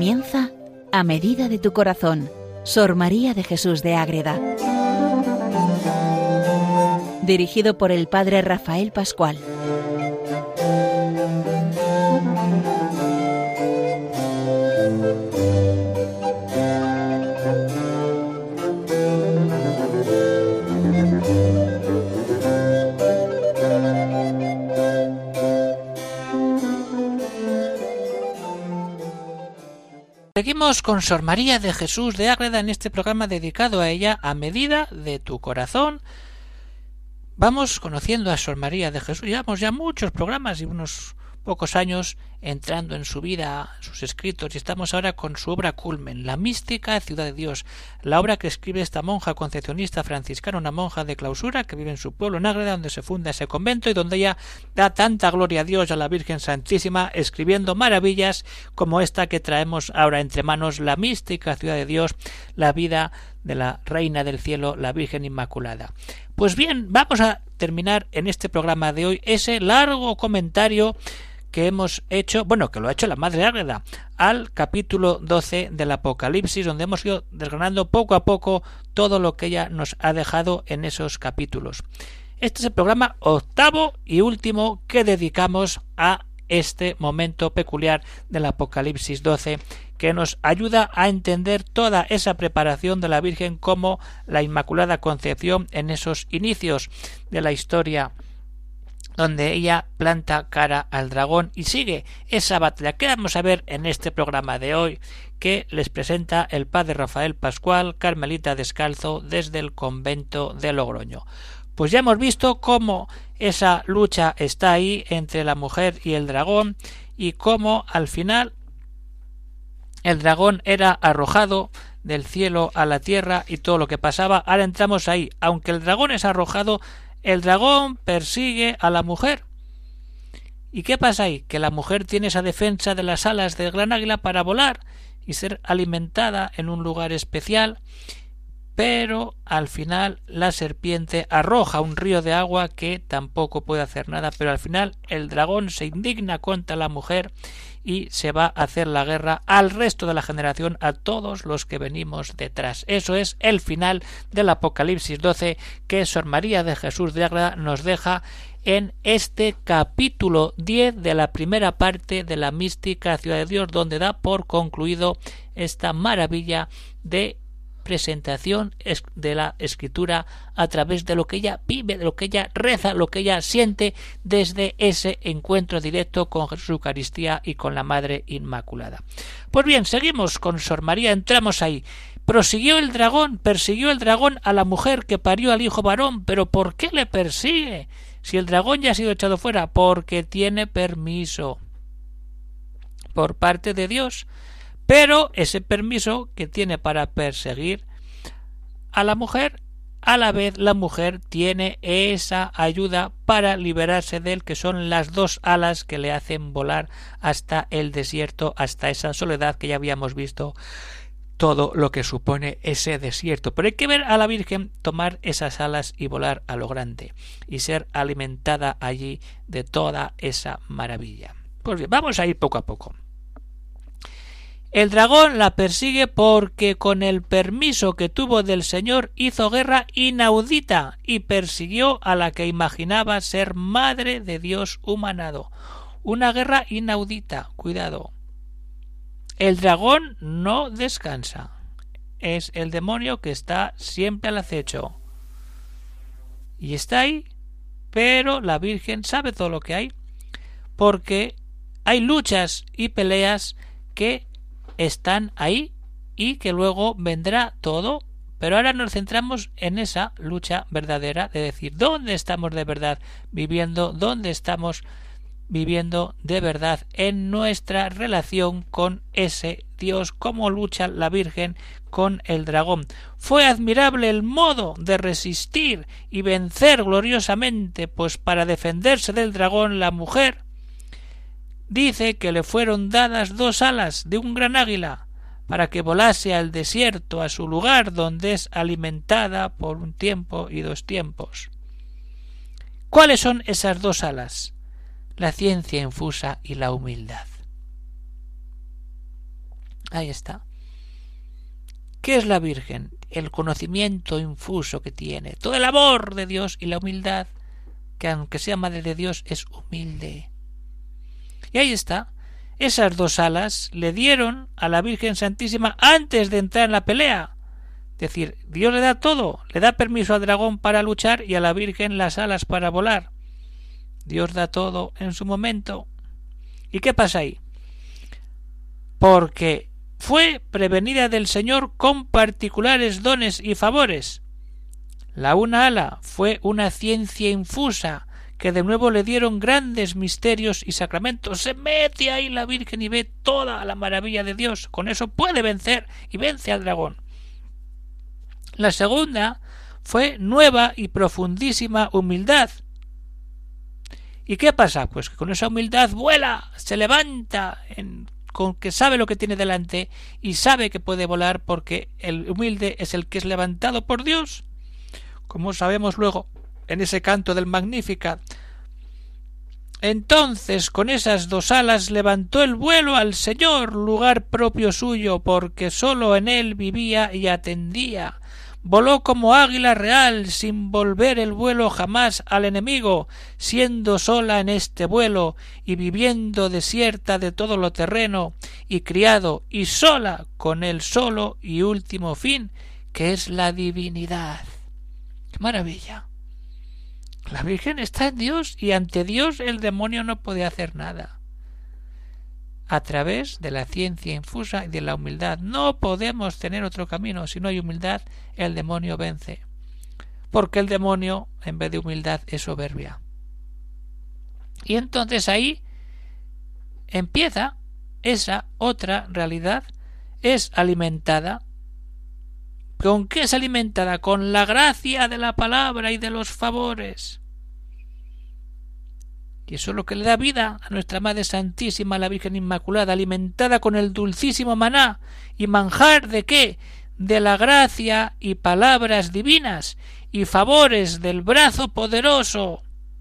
Comienza A medida de tu corazón, Sor María de Jesús de Ágreda. Dirigido por el Padre Rafael Pascual. Seguimos con Sor María de Jesús de Ágreda en este programa dedicado a ella, A medida de tu corazón. Vamos conociendo a Sor María de Jesús. Llevamos ya muchos programas y unos pocos años entrando en su vida, sus escritos, y estamos ahora con su obra culmen, La mística ciudad de Dios, la obra que escribe esta monja concepcionista franciscana, una monja de clausura que vive en su pueblo, en Ágreda, donde se funda ese convento y donde ella da tanta gloria a Dios y a la Virgen Santísima, escribiendo maravillas como esta que traemos ahora entre manos, La mística ciudad de Dios, la vida de la Reina del Cielo, la Virgen Inmaculada. Pues bien, vamos a terminar en este programa de hoy ese largo comentario que hemos hecho, bueno, que lo ha hecho la Madre Ágreda, al capítulo 12 del Apocalipsis, donde hemos ido desgranando poco a poco todo lo que ella nos ha dejado en esos capítulos. Este es el programa octavo y último que dedicamos a este momento peculiar del Apocalipsis 12, que nos ayuda a entender toda esa preparación de la Virgen como la Inmaculada Concepción en esos inicios de la historia, donde ella planta cara al dragón y sigue esa batalla que vamos a ver en este programa de hoy, que les presenta el Padre Rafael Pascual, carmelita descalzo, desde el convento de Logroño. Pues ya hemos visto cómo esa lucha está ahí entre la mujer y el dragón, y cómo al final el dragón era arrojado del cielo a la tierra y todo lo que pasaba. Ahora entramos ahí. Aunque el dragón es arrojado, el dragón persigue a la mujer. ¿Y qué pasa ahí? Que la mujer tiene esa defensa de las alas del gran águila para volar y ser alimentada en un lugar especial, pero al final la serpiente arroja un río de agua que tampoco puede hacer nada, pero al final el dragón se indigna contra la mujer y se va a hacer la guerra al resto de la generación, a todos los que venimos detrás. Eso es el final del Apocalipsis 12 que Sor María de Jesús de Ágreda nos deja en este capítulo 10 de la primera parte de la mística ciudad de Dios, donde da por concluido esta maravilla de presentación de la Escritura a través de lo que ella vive, de lo que ella reza, lo que ella siente desde ese encuentro directo con Jesús Eucaristía y con la Madre Inmaculada. Pues bien, seguimos con Sor María, entramos ahí. Persiguió el dragón a la mujer que parió al hijo varón, pero ¿por qué le persigue? Si el dragón ya ha sido echado fuera, porque tiene permiso por parte de Dios. Pero ese permiso que tiene para perseguir a la mujer, a la vez la mujer tiene esa ayuda para liberarse de él, que son las dos alas que le hacen volar hasta el desierto, hasta esa soledad que ya habíamos visto, todo lo que supone ese desierto. Pero hay que ver a la Virgen tomar esas alas y volar a lo grande y ser alimentada allí de toda esa maravilla. Pues bien, vamos a ir poco a poco. El dragón la persigue porque con el permiso que tuvo del Señor hizo guerra inaudita y persiguió a la que imaginaba ser Madre de Dios humanado. Una guerra inaudita, cuidado. El dragón no descansa. Es el demonio que está siempre al acecho. Y está ahí, pero la Virgen sabe todo lo que hay, porque hay luchas y peleas que están ahí y que luego vendrá todo, pero ahora nos centramos en esa lucha verdadera de decir dónde estamos de verdad viviendo, dónde estamos viviendo de verdad en nuestra relación con ese Dios, cómo lucha la Virgen con el dragón. Fue admirable el modo de resistir y vencer gloriosamente, pues para defenderse del dragón la mujer dice que le fueron dadas dos alas de un gran águila para que volase al desierto, a su lugar donde es alimentada por un tiempo y dos tiempos. ¿Cuáles son esas dos alas? La ciencia infusa y la humildad. Ahí está. ¿Qué es la Virgen? El conocimiento infuso que tiene, todo el amor de Dios y la humildad, que aunque sea madre de Dios es humilde. Y ahí está. Esas 2 alas le dieron a la Virgen Santísima antes de entrar en la pelea. Es decir, Dios le da todo, le da permiso al dragón para luchar y a la Virgen las alas para volar. Dios da todo en su momento. ¿Y qué pasa ahí? Porque fue prevenida del Señor con particulares dones y favores. La una ala fue una ciencia infusa, que de nuevo le dieron grandes misterios y sacramentos. Se mete ahí la Virgen y ve toda la maravilla de Dios. Con eso puede vencer y vence al dragón. La segunda fue nueva y profundísima humildad. ¿Y qué pasa? Pues que con esa humildad vuela, se levanta, con que sabe lo que tiene delante y sabe que puede volar, porque el humilde es el que es levantado por Dios, como sabemos luego en ese canto del Magnificat. Entonces con esas 2 alas levantó el vuelo al Señor, lugar propio suyo, porque sólo en él vivía y atendía. Voló como águila real, sin volver el vuelo jamás al enemigo, siendo sola en este vuelo, y viviendo desierta de todo lo terreno, y criado, y sola con el solo y último fin, que es la divinidad. ¡Qué maravilla! La Virgen está en Dios, y ante Dios el demonio no puede hacer nada. A través de la ciencia infusa y de la humildad. No podemos tener otro camino. Si no hay humildad, el demonio vence. Porque el demonio, en vez de humildad, es soberbia. Y entonces ahí empieza esa otra realidad. Es alimentada. ¿Con qué es alimentada? Con la gracia de la palabra y de los favores. Y eso es lo que le da vida a nuestra Madre Santísima, la Virgen Inmaculada, alimentada con el dulcísimo maná. ¿Y manjar de qué? De la gracia y palabras divinas y favores del brazo poderoso.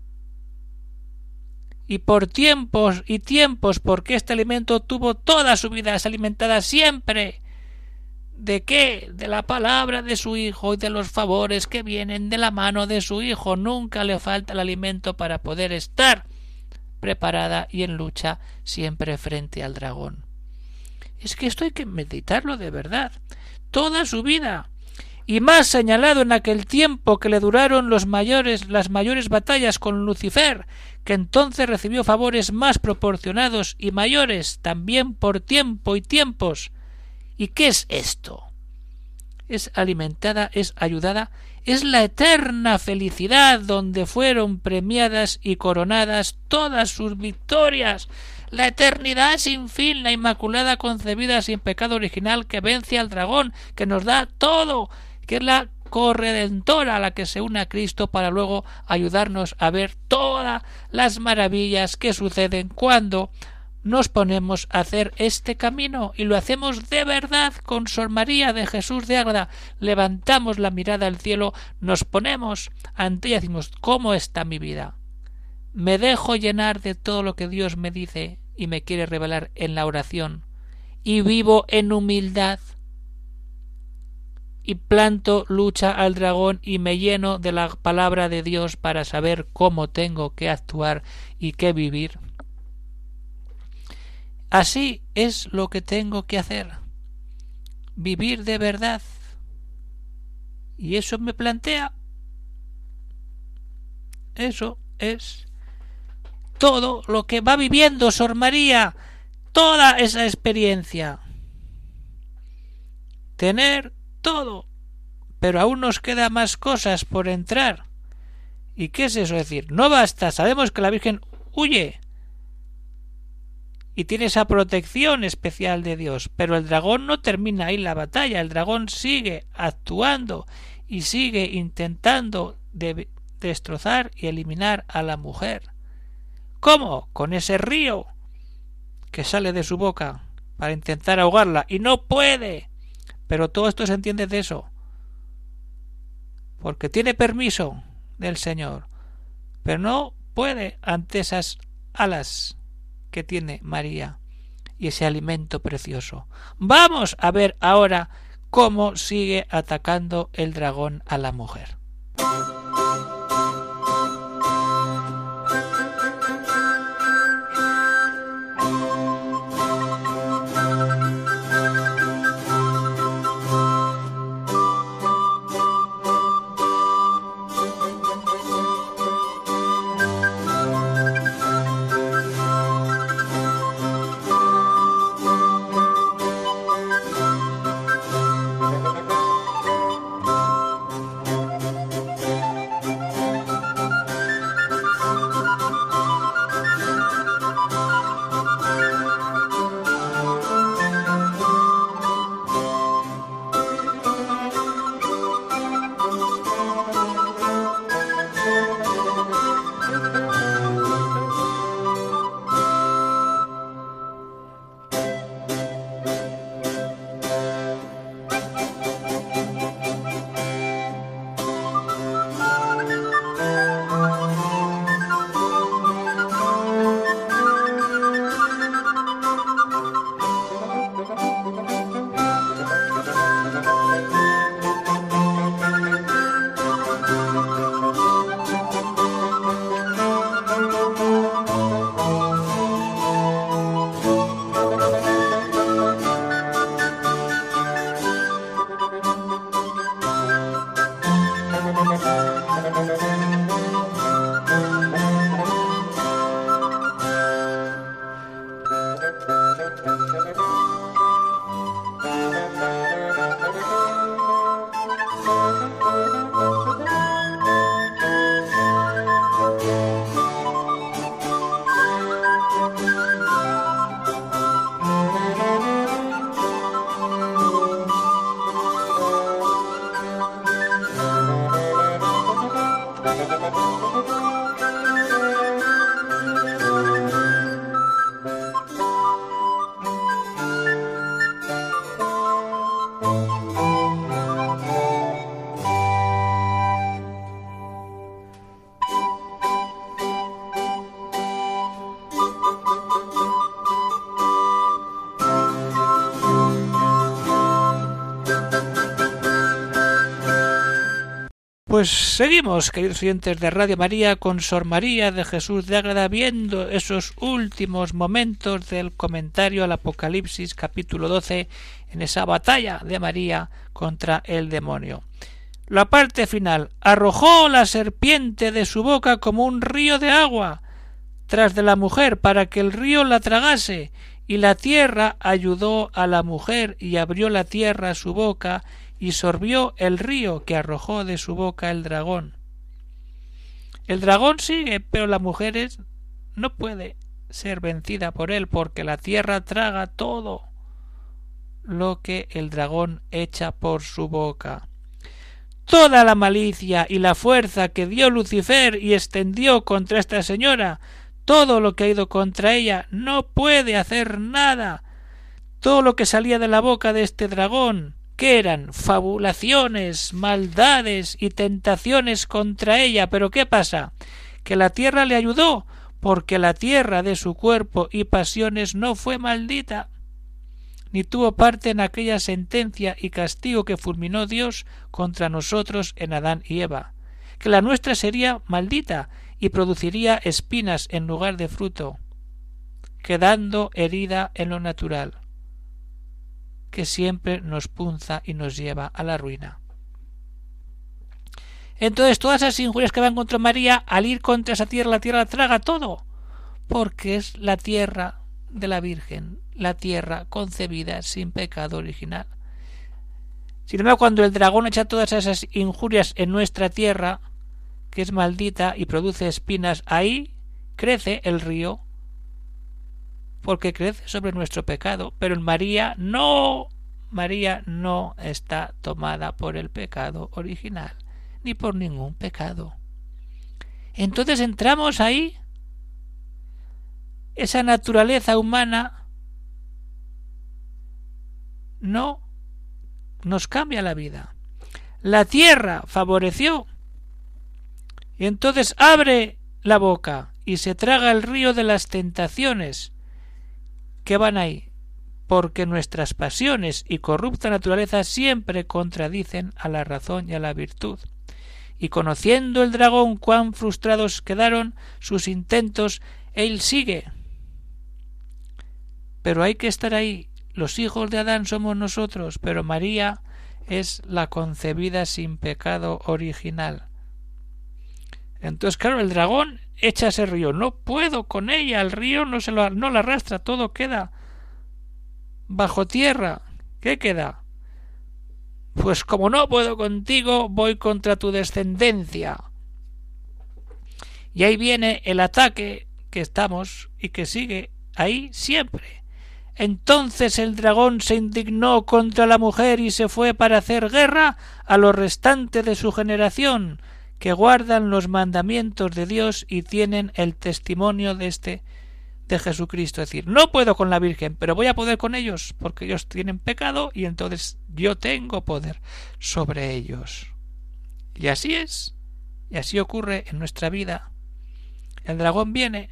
Y por tiempos y tiempos, porque este alimento tuvo toda su vida, es alimentada siempre. ¿De qué? De la palabra de su Hijo y de los favores que vienen de la mano de su Hijo. Nunca le falta el alimento para poder estar preparada y en lucha siempre frente al dragón. Es que esto hay que meditarlo de verdad. Toda su vida. Y más señalado en aquel tiempo que le duraron las mayores batallas con Lucifer, que entonces recibió favores más proporcionados y mayores, también por tiempo y tiempos. ¿Y qué es esto? Es alimentada, es ayudada, es la eterna felicidad donde fueron premiadas y coronadas todas sus victorias, la eternidad sin fin, la Inmaculada concebida sin pecado original que vence al dragón, que nos da todo, que es la corredentora a la que se une a Cristo para luego ayudarnos a ver todas las maravillas que suceden cuando nos ponemos a hacer este camino, y lo hacemos de verdad con Sor María de Jesús de Ágreda. Levantamos la mirada al cielo, nos ponemos ante ella y decimos: ¿cómo está mi vida? Me dejo llenar de todo lo que Dios me dice y me quiere revelar en la oración, y vivo en humildad, y planto lucha al dragón y me lleno de la palabra de Dios para saber cómo tengo que actuar y qué vivir. Así es lo que tengo que hacer, vivir de verdad. Y eso me plantea, eso es todo lo que va viviendo Sor María, toda esa experiencia. Tener todo, pero aún nos queda más cosas por entrar. ¿Y qué es eso? Es decir, no basta, sabemos que la Virgen huye y tiene esa protección especial de Dios, pero el dragón no termina ahí la batalla, el dragón sigue actuando y sigue intentando destrozar y eliminar a la mujer. ¿Cómo? Con ese río que sale de su boca para intentar ahogarla, y no puede. Pero todo esto se entiende de eso, porque tiene permiso del Señor, pero no puede ante esas alas que tiene María. y ese alimento precioso. Vamos a ver ahora cómo sigue atacando el dragón a la mujer. Pues seguimos, queridos oyentes de Radio María, con Sor María de Jesús de Ágreda, viendo esos últimos momentos del comentario al Apocalipsis capítulo 12, en esa batalla de María contra el demonio. La parte final: arrojó la serpiente de su boca como un río de agua tras de la mujer para que el río la tragase, y la tierra ayudó a la mujer y abrió la tierra su boca y sorbió el río que arrojó de su boca el dragón. El dragón sigue, pero la mujer no puede ser vencida por él, porque la tierra traga todo lo que el dragón echa por su boca. Toda la malicia y la fuerza que dio Lucifer y extendió contra esta señora, todo lo que ha ido contra ella, no puede hacer nada. Todo lo que salía de la boca de este dragón, que eran fabulaciones, maldades y tentaciones contra ella. Pero ¿qué pasa? Que la tierra le ayudó, porque la tierra de su cuerpo y pasiones no fue maldita, ni tuvo parte en aquella sentencia y castigo que fulminó Dios contra nosotros en Adán y Eva, que la nuestra sería maldita y produciría espinas en lugar de fruto, quedando herida en lo natural, que siempre nos punza y nos lleva a la ruina. Entonces todas esas injurias que van contra María, al ir contra esa tierra, la tierra traga todo, porque es la tierra de la Virgen, la tierra concebida sin pecado original. Sin embargo, cuando el dragón echa todas esas injurias en nuestra tierra, que es maldita y produce espinas, ahí crece el río, porque crece sobre nuestro pecado. Pero en María no está tomada por el pecado original, ni por ningún pecado. Entonces entramos ahí, esa naturaleza humana no nos cambia la vida. La tierra favoreció, y entonces abre la boca y se traga el río de las tentaciones que van ahí, porque nuestras pasiones y corrupta naturaleza siempre contradicen a la razón y a la virtud. Y conociendo el dragón cuán frustrados quedaron sus intentos, él sigue. Pero hay que estar ahí. Los hijos de Adán somos nosotros, pero María es la concebida sin pecado original. Entonces, claro, el dragón echa ese río. No puedo con ella, el río no la arrastra, todo queda bajo tierra. ¿Qué queda? Pues como no puedo contigo, voy contra tu descendencia. Y ahí viene el ataque que estamos y que sigue ahí siempre. Entonces el dragón se indignó contra la mujer y se fue para hacer guerra a los restantes de su generación, que guardan los mandamientos de Dios y tienen el testimonio de Jesucristo. Es decir, no puedo con la Virgen, pero voy a poder con ellos, porque ellos tienen pecado y entonces yo tengo poder sobre ellos. Y así es, y así ocurre en nuestra vida. El dragón viene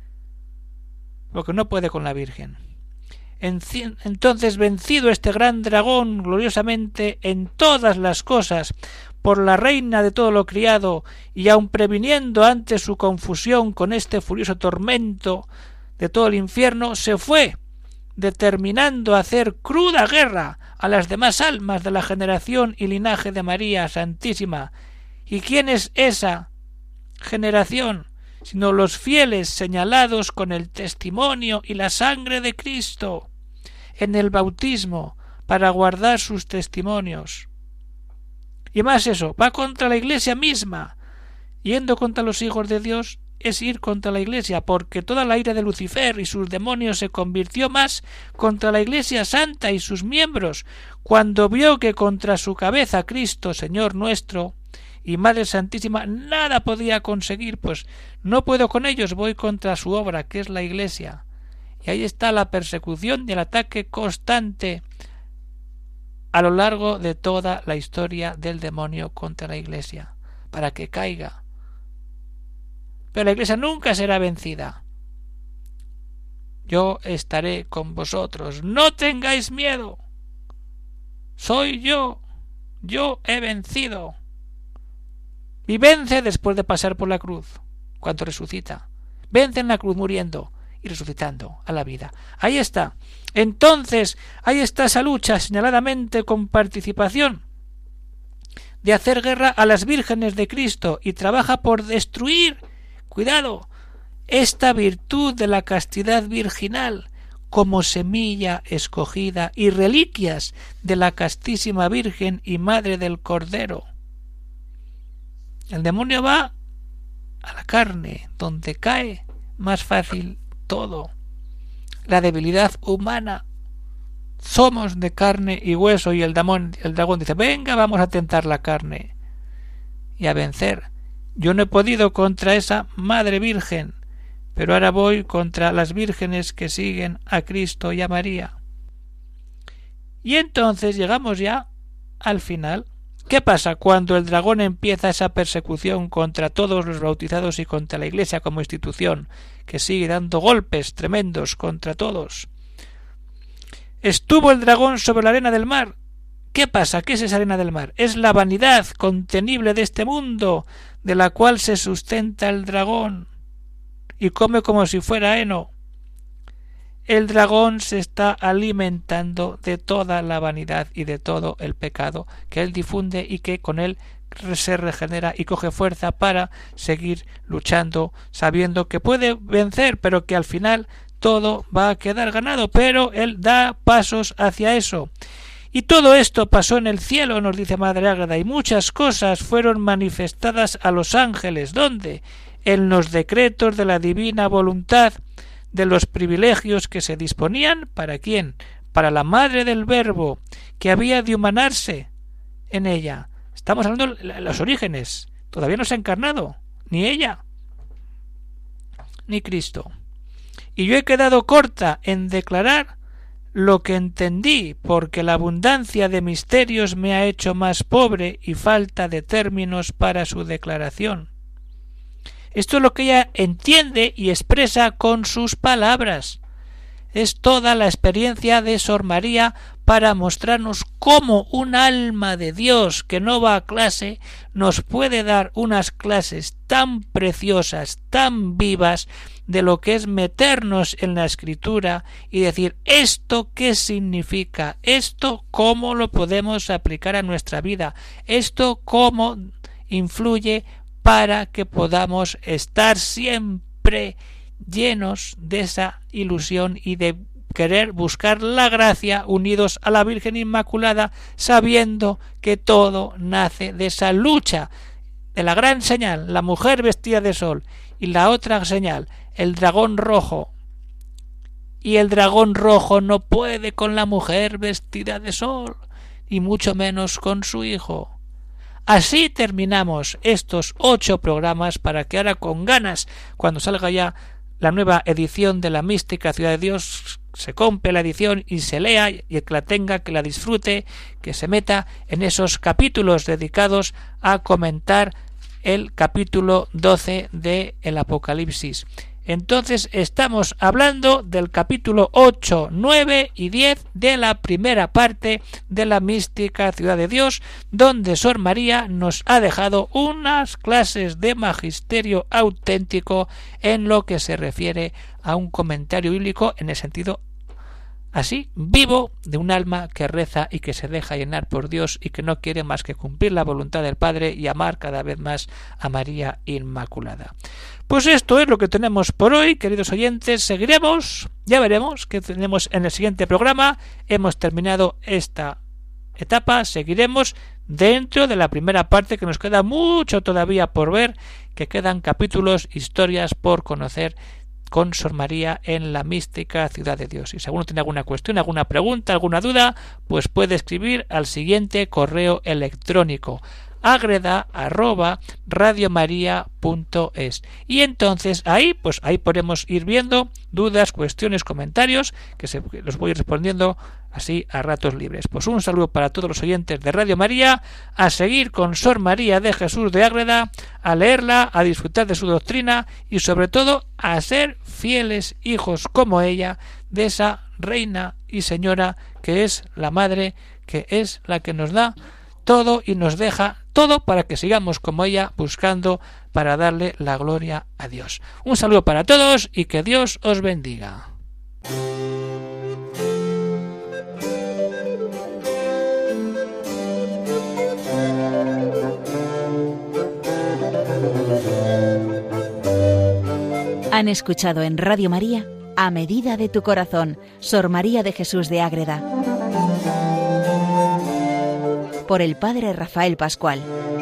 porque no puede con la Virgen. Entonces, vencido este gran dragón gloriosamente en todas las cosas por la reina de todo lo criado, y aun previniendo ante su confusión con este furioso tormento de todo el infierno, se fue, determinando hacer cruda guerra a las demás almas de la generación y linaje de María Santísima. ¿Y quién es esa generación? Sino los fieles señalados con el testimonio y la sangre de Cristo en el bautismo para guardar sus testimonios. Y más eso, va contra la Iglesia misma. Yendo contra los hijos de Dios es ir contra la Iglesia, porque toda la ira de Lucifer y sus demonios se convirtió más contra la Iglesia Santa y sus miembros, cuando vio que contra su cabeza Cristo, Señor nuestro, y Madre Santísima, nada podía conseguir, pues no puedo con ellos, voy contra su obra, que es la Iglesia. Y ahí está la persecución y el ataque constante a lo largo de toda la historia del demonio contra la Iglesia, para que caiga. Pero la Iglesia nunca será vencida. Yo estaré con vosotros, no tengáis miedo. Soy yo he vencido. Y vence después de pasar por la cruz, cuando resucita. Vence en la cruz muriendo y resucitando a la vida. Ahí está. Entonces, ahí está esa lucha señaladamente con participación de hacer guerra a las vírgenes de Cristo y trabaja por destruir, cuidado, esta virtud de la castidad virginal como semilla escogida y reliquias de la castísima Virgen y Madre del Cordero. El demonio va a la carne, donde cae más fácil todo. La debilidad humana. Somos de carne y hueso, y el dragón dice, venga, vamos a tentar la carne y a vencer. Yo no he podido contra esa Madre Virgen, pero ahora voy contra las vírgenes que siguen a Cristo y a María. Y entonces llegamos ya al final. ¿Qué pasa cuando el dragón empieza esa persecución contra todos los bautizados y contra la Iglesia como institución, que sigue dando golpes tremendos contra todos? Estuvo el dragón sobre la arena del mar. ¿Qué pasa? ¿Qué es esa arena del mar? Es la vanidad contenible de este mundo, de la cual se sustenta el dragón y come como si fuera heno. El dragón se está alimentando de toda la vanidad y de todo el pecado que él difunde y que con él se regenera y coge fuerza para seguir luchando, sabiendo que puede vencer, pero que al final todo va a quedar ganado, pero él da pasos hacia eso. Y todo esto pasó en el cielo, nos dice Madre Ágreda, y muchas cosas fueron manifestadas a los ángeles. ¿Dónde? En los decretos de la divina voluntad, de los privilegios que se disponían, ¿para quién? Para la Madre del Verbo, que había de humanarse en ella. Estamos hablando de los orígenes. Todavía no se ha encarnado, ni ella, ni Cristo. Y yo he quedado corta en declarar lo que entendí, porque la abundancia de misterios me ha hecho más pobre y falta de términos para su declaración. Esto es lo que ella entiende y expresa con sus palabras. es toda la experiencia de Sor María para mostrarnos cómo un alma de Dios que no va a clase nos puede dar unas clases tan preciosas, tan vivas, de lo que es meternos en la Escritura y decir esto qué significa, esto cómo lo podemos aplicar a nuestra vida, esto cómo influye para que podamos estar siempre llenos de esa ilusión y de querer buscar la gracia unidos a la Virgen Inmaculada, sabiendo que todo nace de esa lucha, de la gran señal, la mujer vestida de sol, y la otra señal, el dragón rojo. Y el dragón rojo no puede con la mujer vestida de sol, y mucho menos con su hijo. Así terminamos estos 8 programas para que ahora con ganas, cuando salga ya la nueva edición de la Mística Ciudad de Dios, se compre la edición y se lea, y el que la tenga, que la disfrute, que se meta en esos capítulos dedicados a comentar el capítulo 12 de el Apocalipsis. Entonces estamos hablando del capítulo 8, 9 y 10 de la primera parte de la Mística Ciudad de Dios, donde Sor María nos ha dejado unas clases de magisterio auténtico en lo que se refiere a un comentario bíblico en el sentido así vivo de un alma que reza y que se deja llenar por Dios y que no quiere más que cumplir la voluntad del Padre y amar cada vez más a María Inmaculada. Pues esto es lo que tenemos por hoy, queridos oyentes. Seguiremos, ya veremos qué tenemos en el siguiente programa. Hemos terminado esta etapa, seguiremos dentro de la primera parte, que nos queda mucho todavía por ver, que quedan capítulos, historias por conocer con Sor María en la Mística Ciudad de Dios. Y si alguno tiene alguna cuestión, alguna pregunta, alguna duda, pues puede escribir al siguiente correo electrónico: agreda@radiomaria.es, y entonces ahí podemos ir viendo dudas, cuestiones, comentarios, que los voy respondiendo así a ratos libres. Pues un saludo para todos los oyentes de Radio María, a seguir con Sor María de Jesús de Ágreda, a leerla, a disfrutar de su doctrina y sobre todo a ser fieles hijos como ella de esa reina y señora que es la madre, que es la que nos da todo y nos deja todo para que sigamos como ella buscando para darle la gloria a Dios. Un saludo para todos y que Dios os bendiga. Han escuchado en Radio María A Medida de tu Corazón, Sor María de Jesús de Ágreda, por el Padre Rafael Pascual.